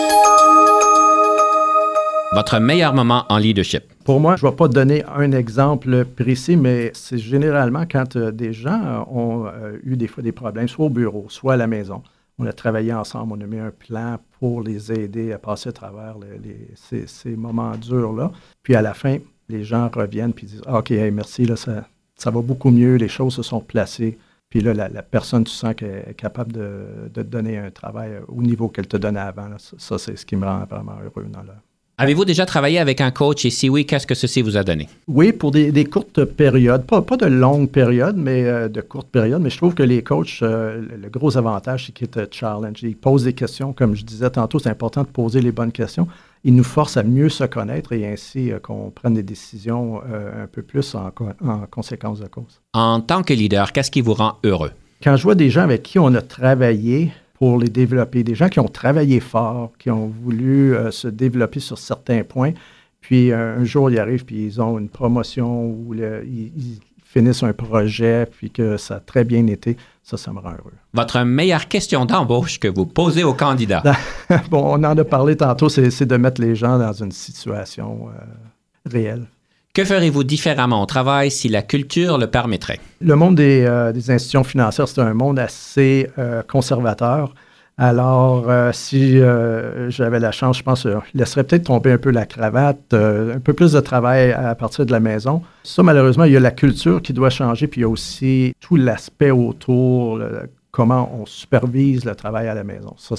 Votre meilleur moment en leadership? Pour moi, je ne vais pas donner un exemple précis, mais c'est généralement quand des gens ont eu des fois des problèmes, soit au bureau, soit à la maison. On a travaillé ensemble, on a mis un plan pour les aider à passer à travers ces moments durs-là. Puis à la fin, les gens reviennent et disent « OK, hey, merci, là, ça va beaucoup mieux, les choses se sont placées Puis là, la personne, tu sens qu'elle est capable de te donner un travail au niveau qu'elle te donnait avant. Là. Ça, c'est ce qui me rend vraiment heureux dans le... Avez-vous déjà travaillé avec un coach et si oui, qu'est-ce que ceci vous a donné? Oui, pour des courtes périodes, pas de longues périodes, mais de courtes périodes. Mais je trouve que les coachs, le gros avantage, c'est qu'ils te challenge. Ils posent des questions. Comme je disais tantôt, c'est important de poser les bonnes questions. Ils nous forcent à mieux se connaître et ainsi qu'on prenne des décisions un peu plus en conséquence de cause. En tant que leader, qu'est-ce qui vous rend heureux? Quand je vois des gens avec qui on a travaillé pour les développer, des gens qui ont travaillé fort, qui ont voulu se développer sur certains points, puis un jour, ils arrivent puis ils ont une promotion ou ils finissent un projet, puis que ça a très bien été, ça me rend heureux. Votre meilleure question d'embauche que vous posez aux candidats? Bon, on en a parlé tantôt, c'est de mettre les gens dans une situation réelle. Que ferez-vous différemment au travail si la culture le permettrait? Le monde des institutions financières, c'est un monde assez conservateur. Alors, si j'avais la chance, je pense, je laisserais peut-être tomber un peu la cravate, un peu plus de travail à partir de la maison. Ça, malheureusement, il y a la culture qui doit changer, puis il y a aussi tout l'aspect autour, comment on supervise le travail à la maison. Ça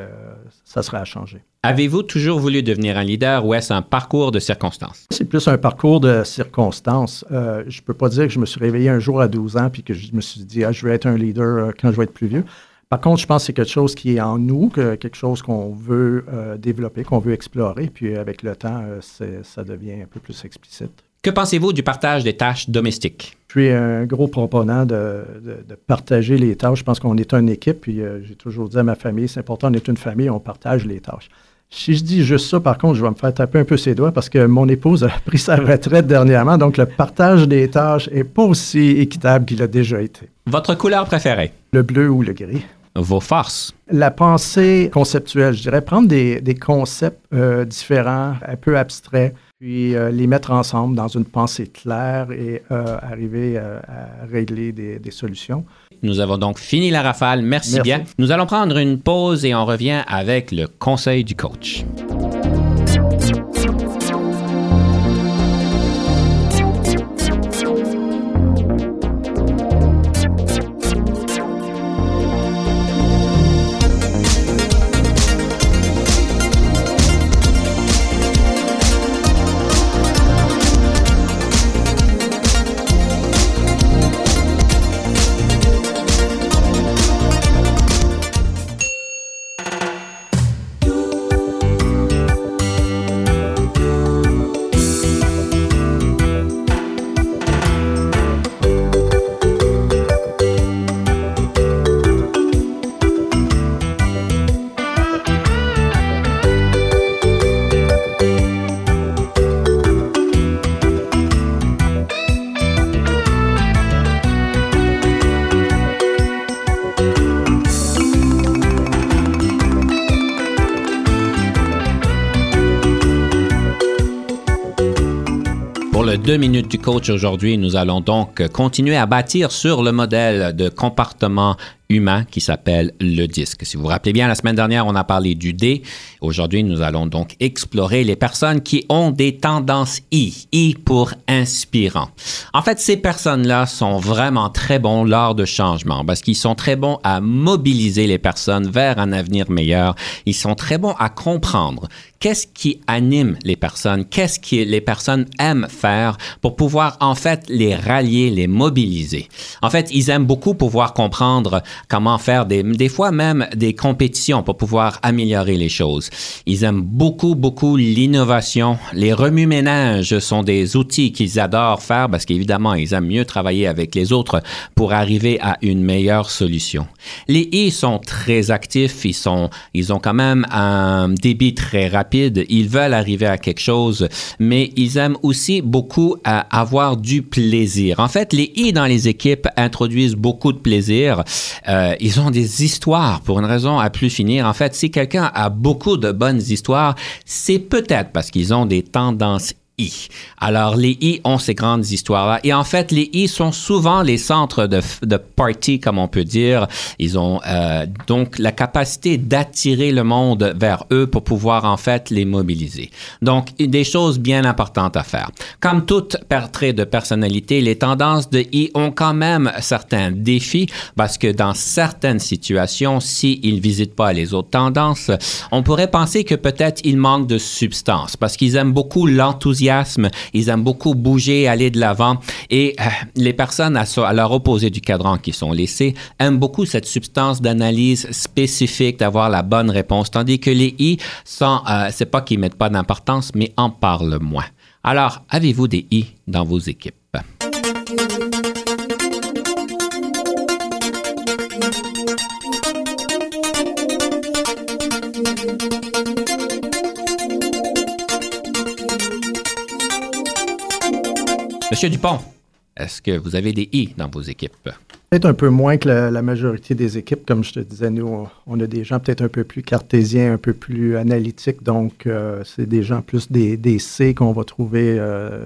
serait à changer. Avez-vous toujours voulu devenir un leader ou est-ce un parcours de circonstances? C'est plus un parcours de circonstances. Je ne peux pas dire que je me suis réveillé un jour à 12 ans puis que je me suis dit « je vais être un leader quand je vais être plus vieux ». Par contre, je pense que c'est quelque chose qui est en nous, quelque chose qu'on veut développer, qu'on veut explorer. Puis avec le temps, ça devient un peu plus explicite. Que pensez-vous du partage des tâches domestiques? Je suis un gros proponent de partager les tâches. Je pense qu'on est une équipe. Puis j'ai toujours dit à ma famille, c'est important, on est une famille, on partage les tâches. Si je dis juste ça, par contre, je vais me faire taper un peu ses doigts parce que mon épouse a pris sa retraite dernièrement. Donc, le partage des tâches n'est pas aussi équitable qu'il a déjà été. Votre couleur préférée? Le bleu ou le gris. Vos forces? La pensée conceptuelle, je dirais prendre des concepts différents, un peu abstraits, puis les mettre ensemble dans une pensée claire et arriver à régler des solutions. Nous avons donc fini la rafale. Merci bien. Nous allons prendre une pause et on revient avec le conseil du coach. Pour le 2 minutes du coach aujourd'hui, nous allons donc continuer à bâtir sur le modèle de comportement humain qui s'appelle le DISC. Si vous vous rappelez bien, la semaine dernière, on a parlé du D. Aujourd'hui, nous allons donc explorer les personnes qui ont des tendances I. I pour inspirant. En fait, ces personnes-là sont vraiment très bons lors de changements parce qu'ils sont très bons à mobiliser les personnes vers un avenir meilleur. Ils sont très bons à comprendre qu'est-ce qui anime les personnes, qu'est-ce que les personnes aiment faire pour pouvoir en fait les rallier, les mobiliser. En fait, ils aiment beaucoup pouvoir comprendre comment faire des fois même des compétitions pour pouvoir améliorer les choses. Ils aiment beaucoup l'innovation. Les remue-ménages sont des outils qu'ils adorent faire parce qu'évidemment, ils aiment mieux travailler avec les autres pour arriver à une meilleure solution. Les I sont très actifs, ils ont quand même un débit très rapide, ils veulent arriver à quelque chose, mais ils aiment aussi beaucoup avoir du plaisir. En fait, les I dans les équipes introduisent beaucoup de plaisir. Ils ont des histoires pour une raison à plus finir. En fait, si quelqu'un a beaucoup de bonnes histoires, c'est peut-être parce qu'ils ont des tendances I. Alors, les I ont ces grandes histoires-là. Et en fait, les I sont souvent les centres de party, comme on peut dire. Ils ont donc la capacité d'attirer le monde vers eux pour pouvoir, en fait, les mobiliser. Donc, des choses bien importantes à faire. Comme tout trait de personnalité, les tendances de I ont quand même certains défis parce que dans certaines situations, s'ils ne visitent pas les autres tendances, on pourrait penser que peut-être ils manquent de substance parce qu'ils aiment beaucoup l'enthousiasme, ils aiment beaucoup bouger, aller de l'avant et les personnes à leur opposé du cadran qui sont les C aiment beaucoup cette substance d'analyse spécifique, d'avoir la bonne réponse, tandis que les I, c'est pas qu'ils mettent pas d'importance, mais en parlent moins. Alors, avez-vous des I dans vos équipes? Monsieur Dupont, est-ce que vous avez des I dans vos équipes? Peut-être un peu moins que la majorité des équipes. Comme je te disais, nous, on a des gens peut-être un peu plus cartésiens, un peu plus analytiques. Donc, c'est des gens plus des C qu'on va trouver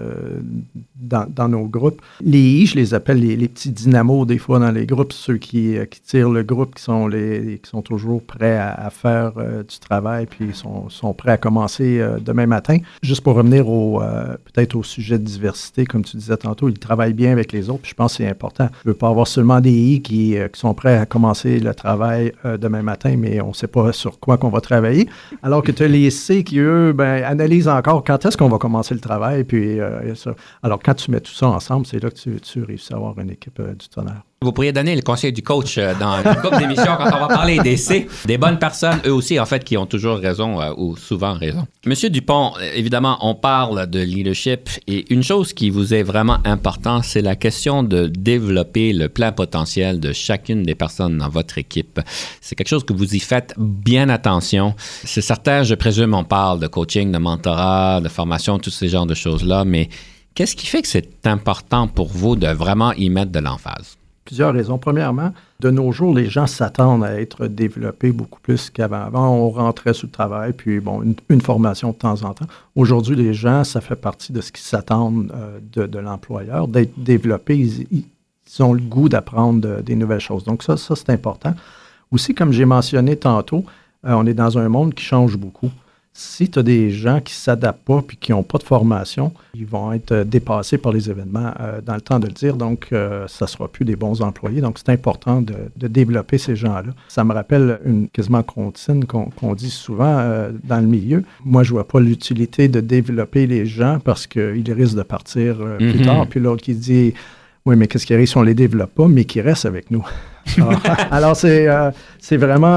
dans nos groupes. Les I, je les appelle les petits dynamos des fois dans les groupes, ceux qui tirent le groupe, qui sont toujours prêts à faire du travail, puis sont prêts à commencer demain matin. Juste pour revenir peut-être au sujet de diversité, comme tu disais tantôt, ils travaillent bien avec les autres, puis je pense que c'est important. Je ne veux pas avoir seulement des I qui sont prêts à commencer le travail demain matin, mais on ne sait pas sur quoi qu'on va travailler. Alors que tu as les C qui, eux, analysent encore quand est-ce qu'on va commencer le travail. Puis, ça. Alors, quand tu mets tout ça ensemble, c'est là que tu réussis à avoir une équipe du tonnerre. Vous pourriez donner le conseil du coach dans une couple d'émissions quand on va parler des C, des bonnes personnes, eux aussi, en fait, qui ont toujours raison ou souvent raison. Monsieur Dupont, évidemment, on parle de leadership et une chose qui vous est vraiment importante, c'est la question de développer le plein potentiel de chacune des personnes dans votre équipe. C'est quelque chose que vous y faites bien attention. C'est certain, je présume, on parle de coaching, de mentorat, de formation, tous ces genres de choses-là, mais qu'est-ce qui fait que c'est important pour vous de vraiment y mettre de l'emphase? Plusieurs raisons. Premièrement, de nos jours, les gens s'attendent à être développés beaucoup plus qu'avant. Avant, on rentrait sur le travail, puis une formation de temps en temps. Aujourd'hui, les gens, ça fait partie de ce qu'ils s'attendent de l'employeur, d'être développés. Ils ont le goût d'apprendre des nouvelles choses. Donc ça, c'est important. Aussi, comme j'ai mentionné tantôt, on est dans un monde qui change beaucoup. Si tu as des gens qui ne s'adaptent pas et qui n'ont pas de formation, ils vont être dépassés par les événements dans le temps de le dire. Donc, ça ne sera plus des bons employés. Donc, c'est important de développer ces gens-là. Ça me rappelle une quasiment comptine qu'on dit souvent dans le milieu. Moi, je ne vois pas l'utilité de développer les gens parce qu'ils risquent de partir plus tard. Puis l'autre qui dit, oui, mais qu'est-ce qui arrive si on ne les développe pas, mais qui restent avec nous? Alors, c'est vraiment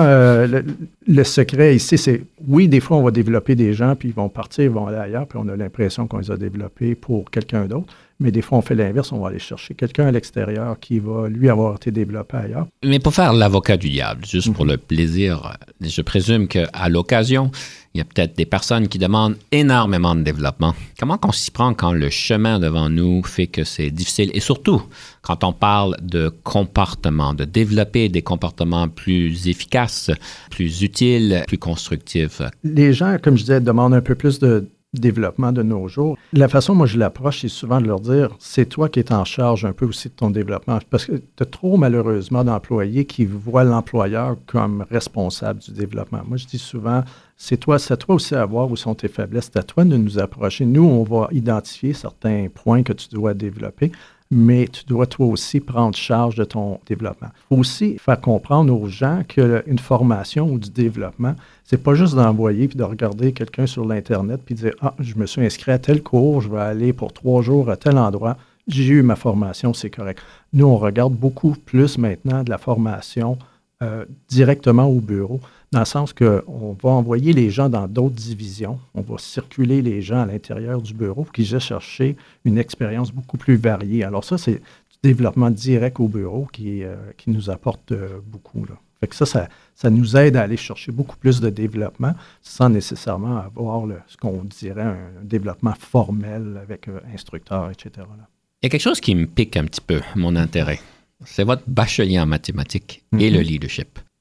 le secret ici, c'est oui, des fois, on va développer des gens, puis ils vont partir, ils vont aller ailleurs, puis on a l'impression qu'on les a développés pour quelqu'un d'autre. Mais des fois, on fait l'inverse, on va aller chercher quelqu'un à l'extérieur qui va, lui, avoir été développé ailleurs. Mais pour faire l'avocat du diable, juste pour le plaisir, je présume qu'à l'occasion, il y a peut-être des personnes qui demandent énormément de développement. Comment on s'y prend quand le chemin devant nous fait que c'est difficile? Et surtout, quand on parle de comportement, de développer des comportements plus efficaces, plus utiles, plus constructifs. Les gens, comme je disais, demandent un peu plus de développement de nos jours. La façon dont moi je l'approche, c'est souvent de leur dire, c'est toi qui es en charge un peu aussi de ton développement. Parce que tu as trop malheureusement d'employés qui voient l'employeur comme responsable du développement. Moi, je dis souvent, c'est toi aussi à voir où sont tes faiblesses. C'est à toi de nous approcher. Nous, on va identifier certains points que tu dois développer, mais tu dois toi aussi prendre charge de ton développement. Il faut aussi faire comprendre aux gens qu'une formation ou du développement, c'est pas juste d'envoyer puis de regarder quelqu'un sur l'Internet puis de dire « Ah, je me suis inscrit à tel cours, je vais aller pour 3 jours à tel endroit, j'ai eu ma formation, c'est correct. » Nous, on regarde beaucoup plus maintenant de la formation directement au bureau, dans le sens qu'on va envoyer les gens dans d'autres divisions, on va circuler les gens à l'intérieur du bureau pour qu'ils aient cherché une expérience beaucoup plus variée. Alors ça, c'est du développement direct au bureau qui nous apporte beaucoup, là. Fait que ça nous aide à aller chercher beaucoup plus de développement sans nécessairement avoir ce qu'on dirait un développement formel avec instructeur, etc. là. Il y a quelque chose qui me pique un petit peu, mon intérêt. C'est votre bachelier en mathématiques et le leadership.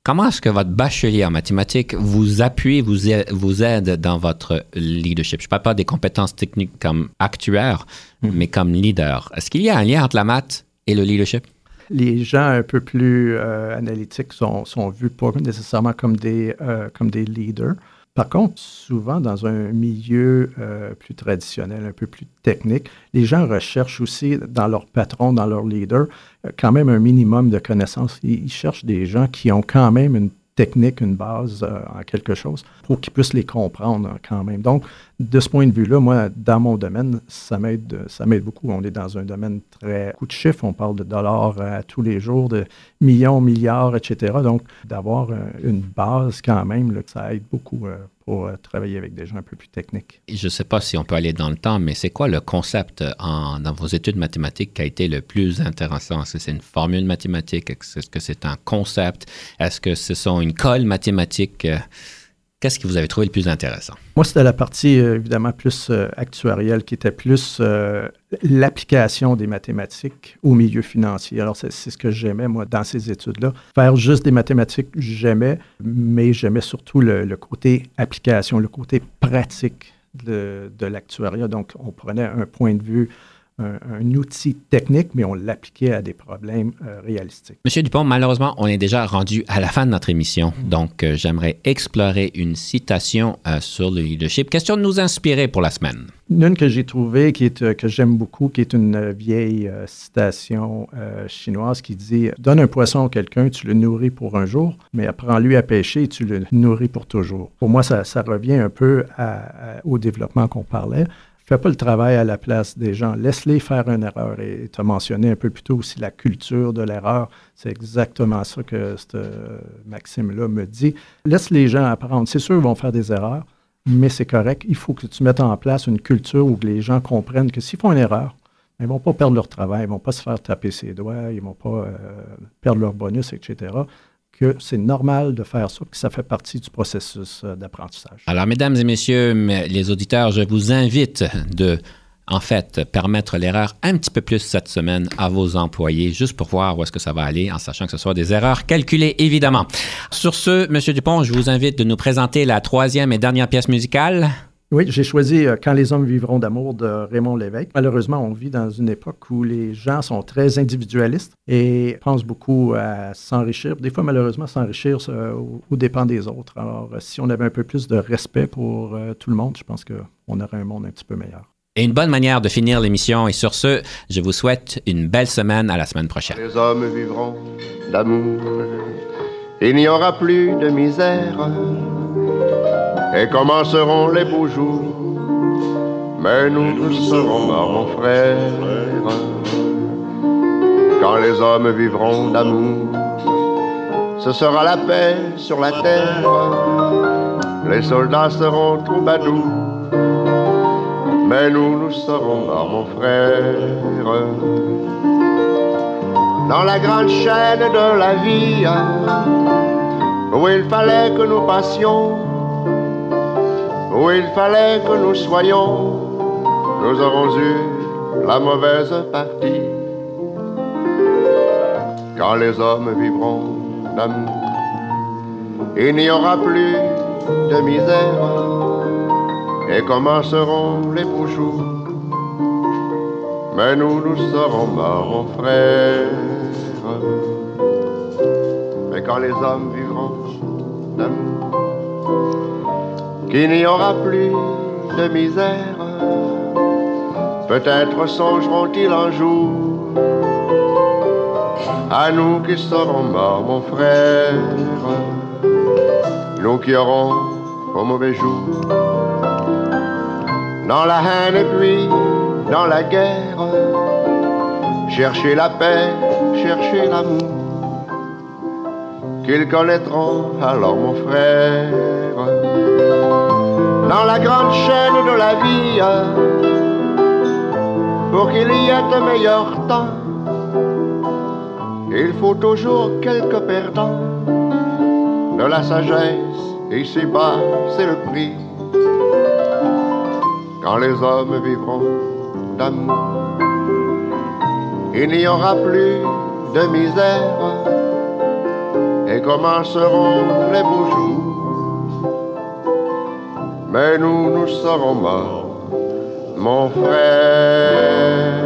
Comment est-ce que votre bachelier en mathématiques vous appuie, vous aide dans votre leadership? Je ne parle pas des compétences techniques comme actuaire, mais comme leader. Est-ce qu'il y a un lien entre la maths et le leadership? Les gens un peu plus analytiques sont vus pas nécessairement comme des leaders. Par contre, souvent dans un milieu plus traditionnel, un peu plus technique, les gens recherchent aussi dans leur patron, dans leur leader, quand même un minimum de connaissances. Ils cherchent des gens qui ont quand même une technique, une base en quelque chose pour qu'ils puissent les comprendre quand même. Donc, de ce point de vue-là, moi, dans mon domaine, ça m'aide beaucoup. On est dans un domaine très coup de chiffres. On parle de dollars à tous les jours, de millions, milliards, etc. Donc, d'avoir une base quand même, là, ça aide beaucoup pour travailler avec des gens un peu plus techniques. Je ne sais pas si on peut aller dans le temps, mais c'est quoi le concept dans vos études mathématiques qui a été le plus intéressant? Est-ce que c'est une formule mathématique? Est-ce que c'est un concept? Est-ce que ce sont une colle mathématique? Qu'est-ce que vous avez trouvé le plus intéressant? Moi, c'était la partie, évidemment, plus actuarielle, qui était plus l'application des mathématiques au milieu financier. Alors, c'est ce que j'aimais, moi, dans ces études-là. Faire juste des mathématiques, j'aimais, mais j'aimais surtout le côté application, le côté pratique de l'actuariat. Donc, on prenait un point de vue, un outil technique, mais on l'appliquait à des problèmes réalistiques. Monsieur Dupont, malheureusement, on est déjà rendu à la fin de notre émission. Donc, j'aimerais explorer une citation sur le leadership. Question de nous inspirer pour la semaine. Une que j'ai trouvée, que j'aime beaucoup, qui est une vieille citation chinoise qui dit « Donne un poisson à quelqu'un, tu le nourris pour un jour, mais apprends-lui à pêcher et tu le nourris pour toujours. » Pour moi, ça revient un peu au développement qu'on parlait. Fais pas le travail à la place des gens. Laisse-les faire une erreur. Et tu as mentionné un peu plus tôt aussi la culture de l'erreur. C'est exactement ça que cette maxime-là me dit. Laisse les gens apprendre. C'est sûr, ils vont faire des erreurs, mais c'est correct. Il faut que tu mettes en place une culture où les gens comprennent que s'ils font une erreur, ils ne vont pas perdre leur travail, ils ne vont pas se faire taper ses doigts, ils ne vont pas perdre leur bonus, etc., que c'est normal de faire ça, que ça fait partie du processus d'apprentissage. Alors, mesdames et messieurs, les auditeurs, je vous invite de, en fait, permettre l'erreur un petit peu plus cette semaine à vos employés, juste pour voir où est-ce que ça va aller, en sachant que ce soit des erreurs calculées, évidemment. Sur ce, M. Dupont, je vous invite de nous présenter la troisième et dernière pièce musicale. Oui, j'ai choisi « Quand les hommes vivront d'amour » de Raymond Lévesque. Malheureusement, on vit dans une époque où les gens sont très individualistes et pensent beaucoup à s'enrichir. Des fois, malheureusement, s'enrichir aux dépens des autres. Alors, si on avait un peu plus de respect pour tout le monde, je pense qu'on aurait un monde un petit peu meilleur. Et une bonne manière de finir l'émission. Et sur ce, je vous souhaite une belle semaine. À la semaine prochaine. Les hommes vivront d'amour. Il n'y aura plus de misère. Et commenceront les beaux jours. Mais nous serons morts, mon frère. Quand les hommes vivront d'amour, ce sera la paix sur la terre. Les soldats seront troubadours. Mais nous serons morts, mon frère. Dans la grande chaîne de la vie, où il fallait que nous passions, où il fallait que nous soyons, nous aurons eu la mauvaise partie. Quand les hommes vivront d'amour, il n'y aura plus de misère, et commenceront les beaux jours. Mais nous serons morts, mon frère. Mais quand les hommes vivront d'amour, qu'il n'y aura plus de misère, peut-être songeront-ils un jour à nous qui serons morts, mon frère, nous qui aurons au mauvais jour, dans la haine et puis dans la guerre, chercher la paix, chercher l'amour, qu'ils connaîtront alors, mon frère. Dans la grande chaîne de la vie, pour qu'il y ait un meilleur temps, il faut toujours quelques perdants. De la sagesse, ici-bas, c'est le prix. Quand les hommes vivront d'amour, il n'y aura plus de misère, et commenceront les beaux jours. Mais nous serons morts, mon frère.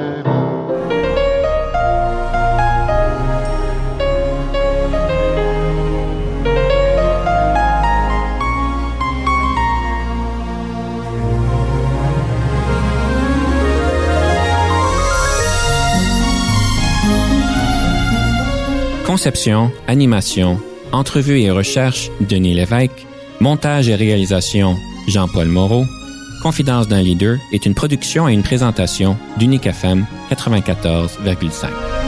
Conception, animation, entrevue et recherche, Denis Lévesque. Montage et réalisation, Jean-Paul Moreau. Confidence d'un leader est une production et une présentation d'Unique FM 94,5.